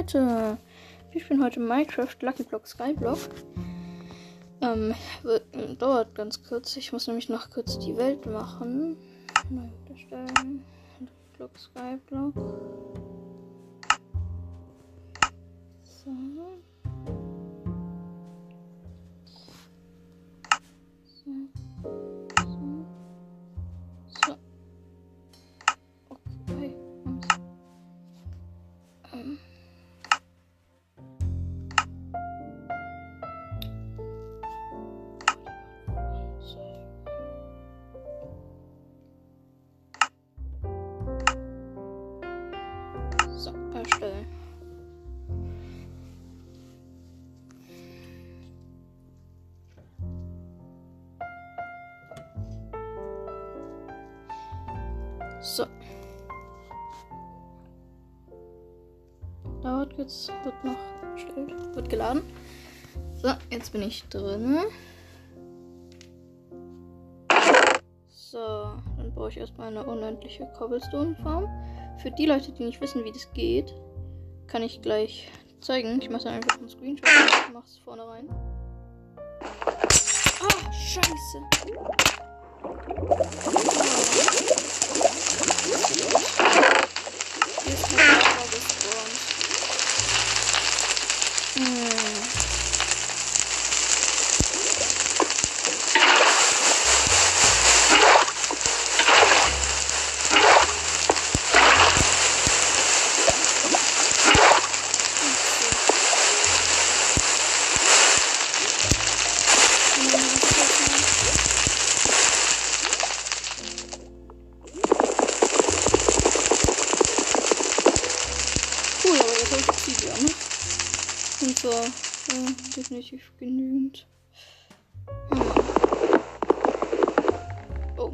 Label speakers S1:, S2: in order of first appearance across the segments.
S1: Leute, wir spielen heute Minecraft Lucky Block Skyblock. Dauert ganz kurz. Ich muss nämlich noch kurz die Welt machen. Neu unterstellen. Lucky Block Skyblock. So. So. Okay. So, erstellen. So. Dauert jetzt, wird noch erstellt, wird geladen. So, jetzt bin ich drin. So, dann brauche ich erstmal eine unendliche Cobblestone-Farm. Für die Leute, die nicht wissen, wie das geht, kann ich gleich zeigen. Ich mache dann einfach einen Screenshot und mache es vorne rein. Ah, scheiße. Hier ist die Lava gespawnt. Cool, aber jetzt habe ich Obsidian. Und zwar definitiv genügend. Oh.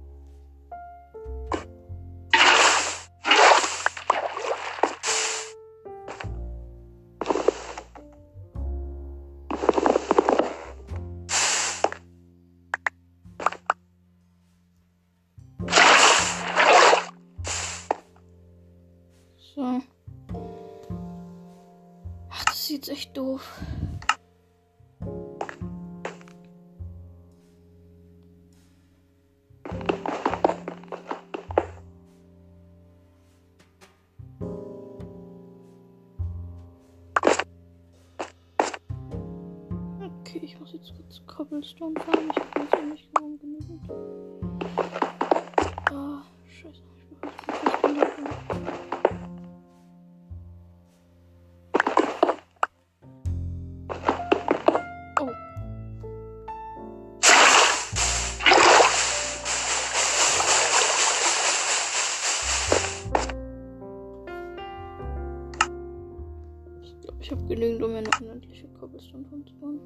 S1: So. Ach, das sieht echt doof. Okay, ich muss jetzt kurz Cobblestone fahren. Ich habe jetzt nicht kaum genügend. Ah, scheiße. Ich brauche jetzt Cobblestone. Oh. Ich glaube, ich habe genügend, um mir eine unendliche Cobblestone Farm zu bauen.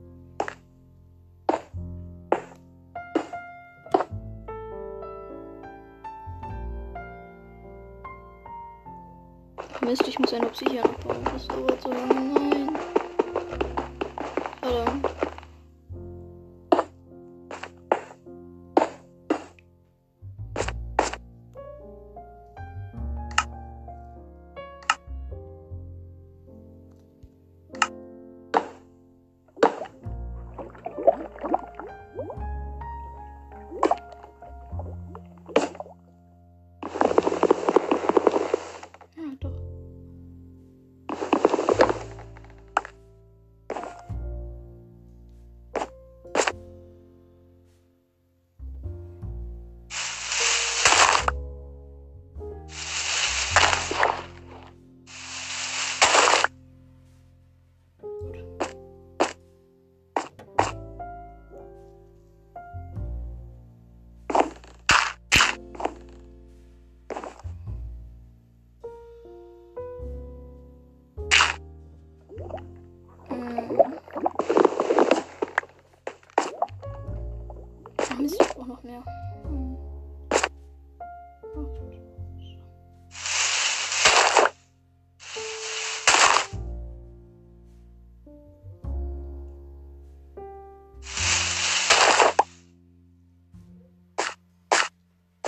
S1: Mist, ich muss ein Obsidian abbauen. Das dauert so lange. Nein. Alter. Ja, doch. Mist, ich brauche noch mehr.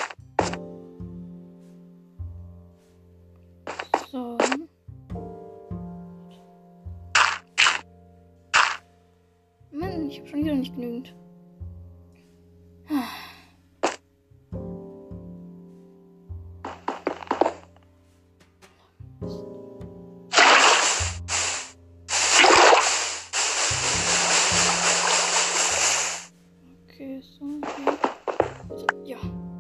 S1: So. Ich habe schon wieder nicht genügend. Okay, so. Ja.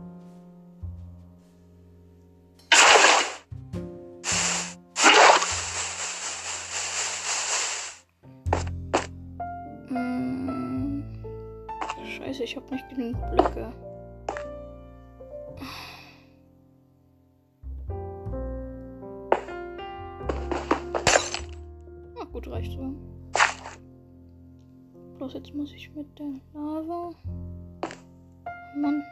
S1: Scheiße, ich habe nicht genügend Blöcke. Na gut, reicht so. Bloß jetzt muss ich mit der Lava. Mann.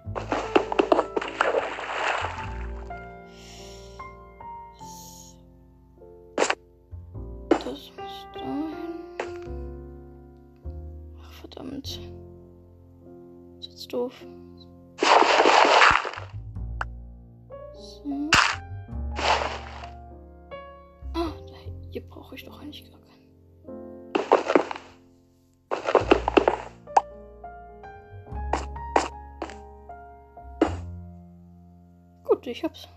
S1: Das muss dahin. Ach, verdammt. Das ist jetzt doof. So. Ah, hier brauche ich doch eigentlich gar keinen. Gut, ich hab's.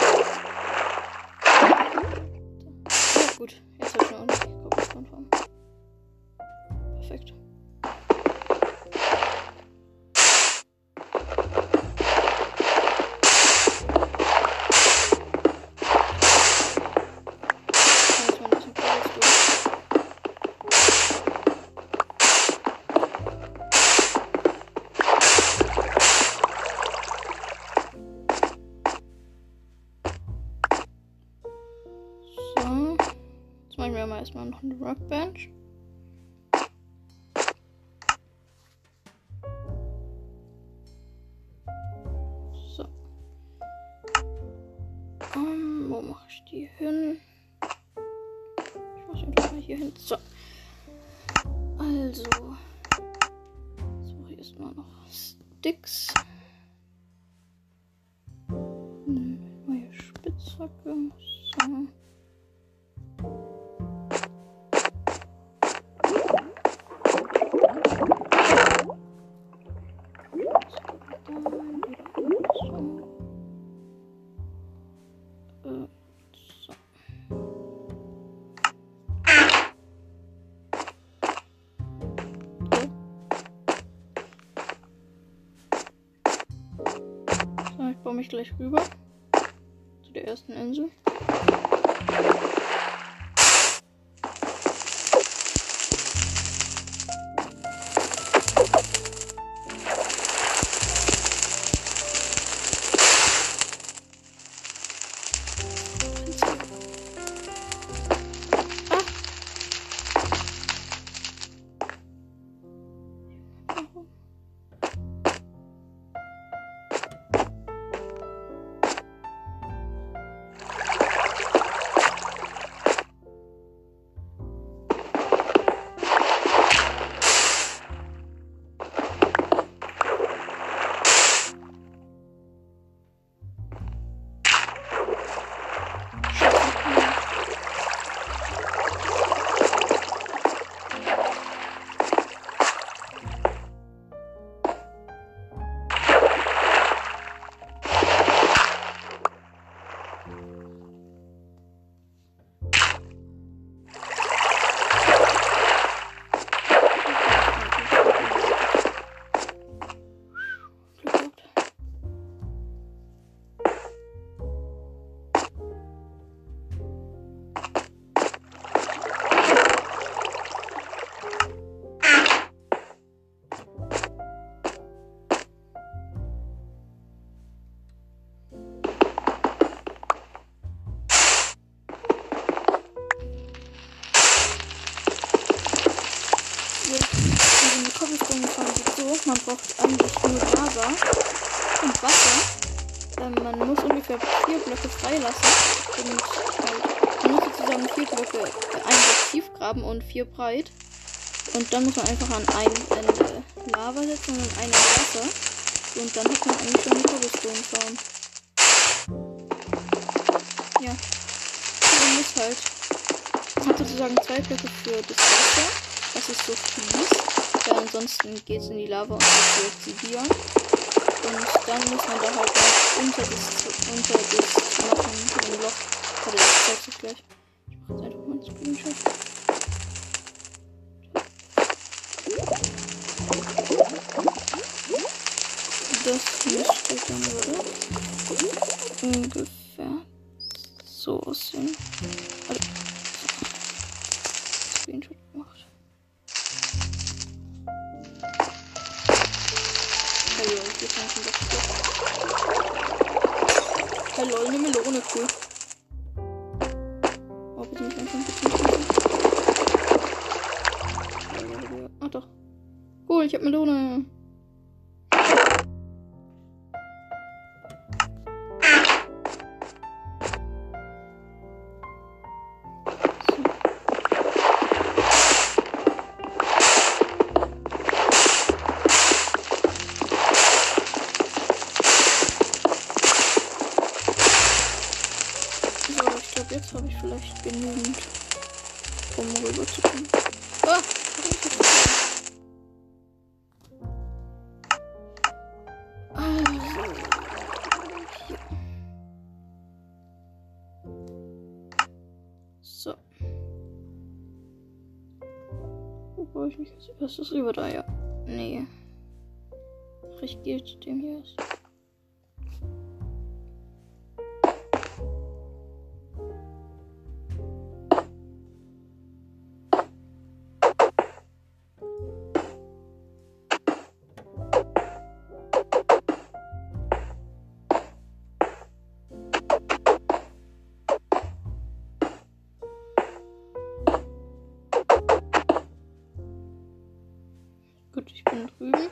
S1: Ja, gut, jetzt habe ich noch nicht Cobblestone Farm. Perfekt. Erstmal noch eine Workbench. So. Wo mache ich die hin? Ich muss einfach mal hier hin. So. Also. Jetzt mache ich erstmal noch Sticks. Neue Spitzhacke. So. Ich baue mich gleich rüber zu der ersten Insel. Man braucht eigentlich nur Lava und Wasser. Man muss ungefähr 4 Blöcke freilassen und halt, man muss sozusagen 4 Blöcke, ein Block tief graben und 4 breit. Und dann muss man einfach an ein Ende Lava setzen und an ein Ende Wasser. Und dann hat man eigentlich schon eine Cobblestone Farm. Ja. Man muss halt, man hat sozusagen 2 Blöcke für das Wasser, das ist so fließt. Weil ansonsten geht es in die Lava und wird sie wieder. Und dann muss man da halt noch unter das machen, ein Loch. Warte, das zeigt sich gleich. Ich mache jetzt einfach mal einen Screenshot. Das müsste dann, oder? Ungefähr so aussehen. Also, Screenshot gemacht. Hallo, hier kann ich das. Hallo, eine Melone, cool. Oh, bitte nicht anfangen, bitte nicht anfangen. Ah, doch. Cool, ich hab Melone. Jetzt habe ich vielleicht genügend, um rüber zu kommen. Ah! Also, hier. So. Wo brauche ich mich als erstes rüber? Da, ja. Nee. Ich gehe zu dem hier erst. Gut, ich bin drüben.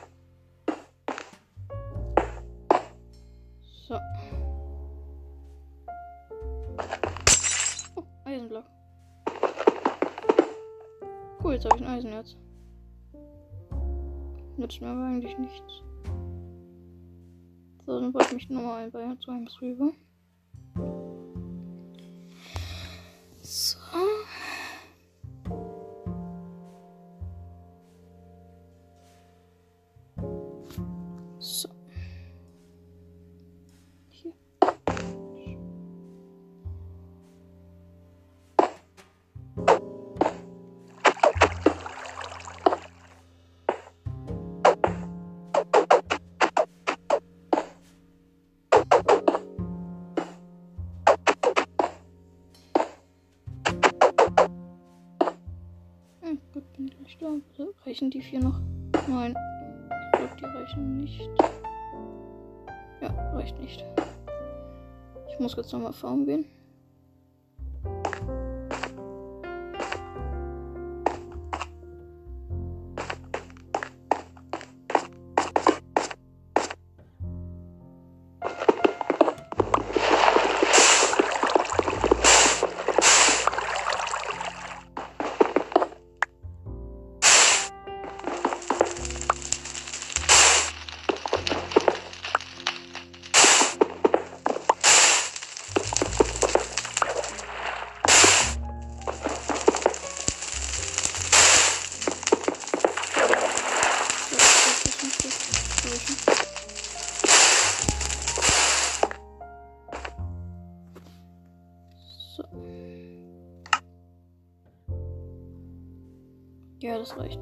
S1: So. Oh, Eisenblock. Cool, jetzt habe ich ein Eisenerz. Nützt mir aber eigentlich nichts. So, dann wollte ich mich nochmal bei so einem rüber. So. So. Hier. Gut, bin gleich da. Also, reichen die 4 noch? Nein. Ich glaube, die reichen nicht. Ja, reicht nicht. Ich muss jetzt nochmal farmen gehen. So. Ja, das reicht.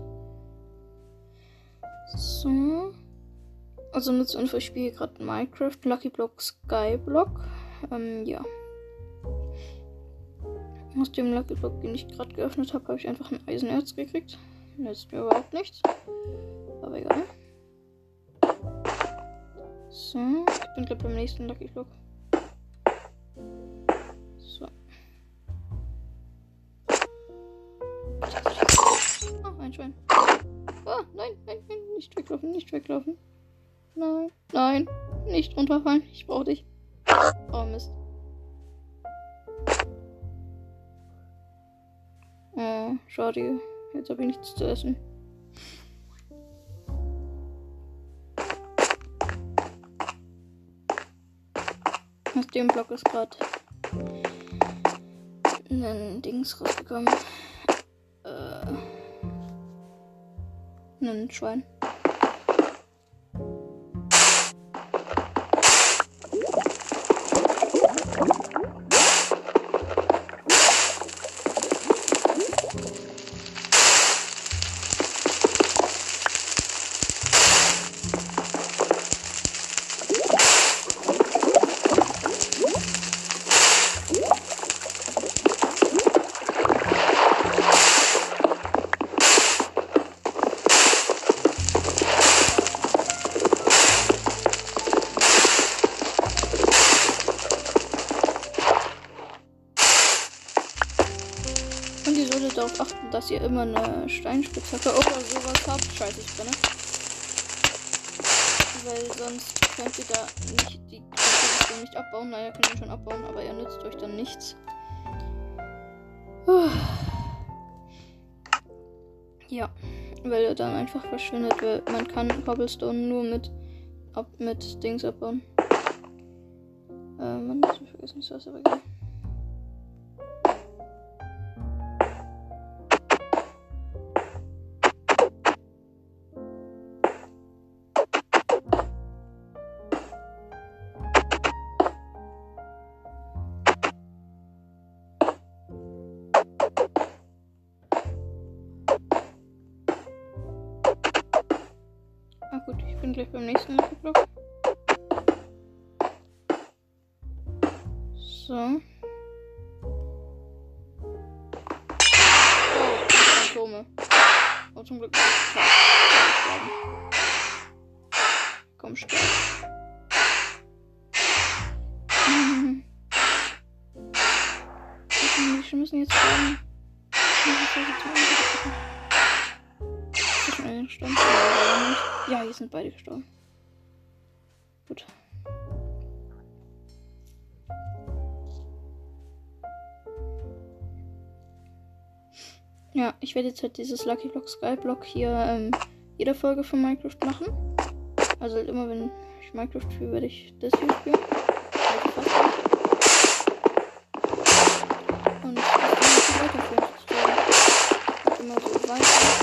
S1: So. Also mit Info, ich spiele gerade Minecraft, Lucky Block, Skyblock. Ja. Aus dem Lucky Block, den ich gerade geöffnet habe, habe ich einfach ein Eisenerz gekriegt. Nützt mir überhaupt nichts. Aber egal. So, ich bin gerade beim nächsten Lucky Block. So. Oh, ein Schwein. Oh, nein, nein, nein, nicht weglaufen, nicht weglaufen. Nein, nein, nicht runterfallen. Ich brauche dich. Oh, Mist. Oh, schade. Jetzt habe ich nichts zu essen. Aus dem Block ist gerade ein Dings rausgekommen. Ein Schwein. Und ihr solltet darauf achten, dass ihr immer eine Steinspitzhacke oder sowas habt. Scheiße, ich brenne. Weil sonst könnt ihr da nicht die Cobblestone nicht abbauen. Naja, könnt ihr schon abbauen, aber ihr nützt euch dann nichts. Ja, weil er dann einfach verschwindet, weil man kann Cobblestone nur mit Dings abbauen. Man muss vergessen, ist das aber egal. Ah gut, ich bin gleich beim nächsten Block. So. Oh, Phantome. Oh, zum Glück. Komm, sterb. Wir müssen jetzt sterben. Gestorben? Ja, hier sind beide gestorben. Gut. Ja, ich werde jetzt halt dieses Lucky Block Skyblock hier jede Folge von Minecraft machen. Also halt immer, wenn ich Minecraft spiele, werde ich das hier spielen. Und das dann so weiterführen. Sozusagen. Immer so weiter.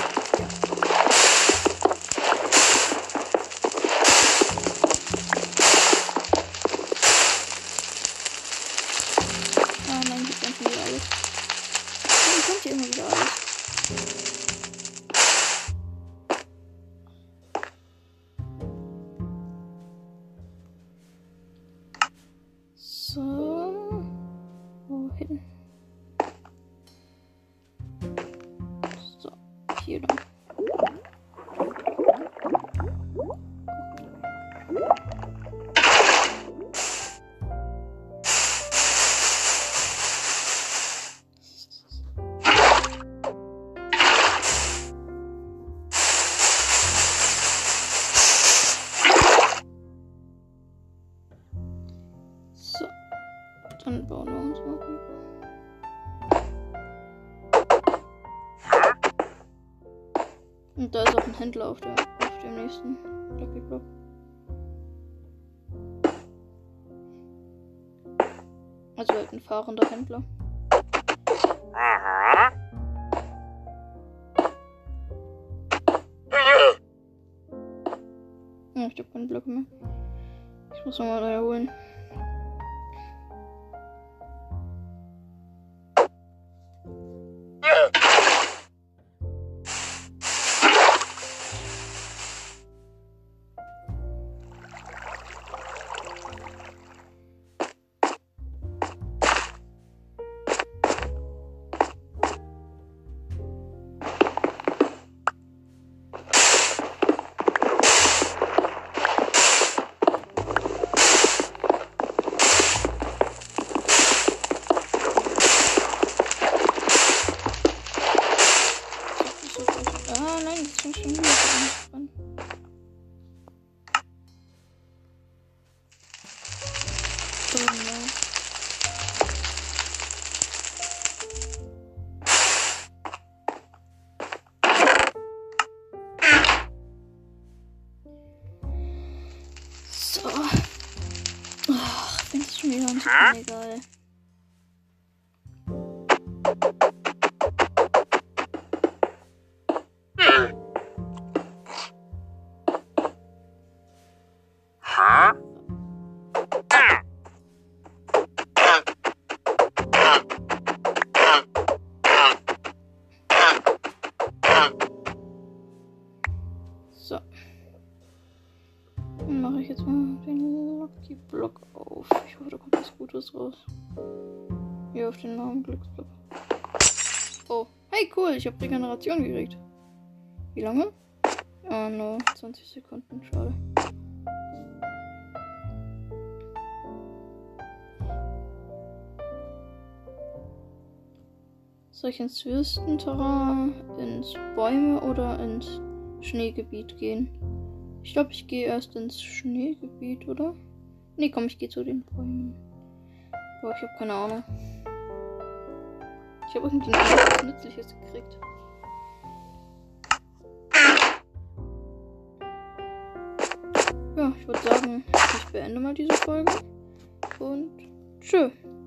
S1: Immer wieder alles. So. Wohin? So. Hier dann. Dann bauen wir uns mal rüber. Und da ist auch ein Händler auf dem nächsten Lucky Block. Also halt ein fahrender Händler. Ja, ich hab keine Blöcke mehr. Ich muss nochmal neue holen. So. Ach, ich finde es schon wieder nicht egal. Glücksblock auf. Ich hoffe, da kommt was Gutes raus. Hier auf den Namen Glücksblock. Oh, hey, cool, ich habe Regeneration gekriegt. Wie lange? Ah, nur 20 Sekunden, schade. Soll ich ins Wüstenterrain, ins Bäume oder ins Schneegebiet gehen? Ich glaube, ich gehe erst ins Schneegebiet, oder? Nee, komm, ich gehe zu den Bäumen. Boah, ich habe keine Ahnung. Ich habe irgendwie nichts Nützliches gekriegt. Ja, ich würde sagen, ich beende mal diese Folge. Und tschö.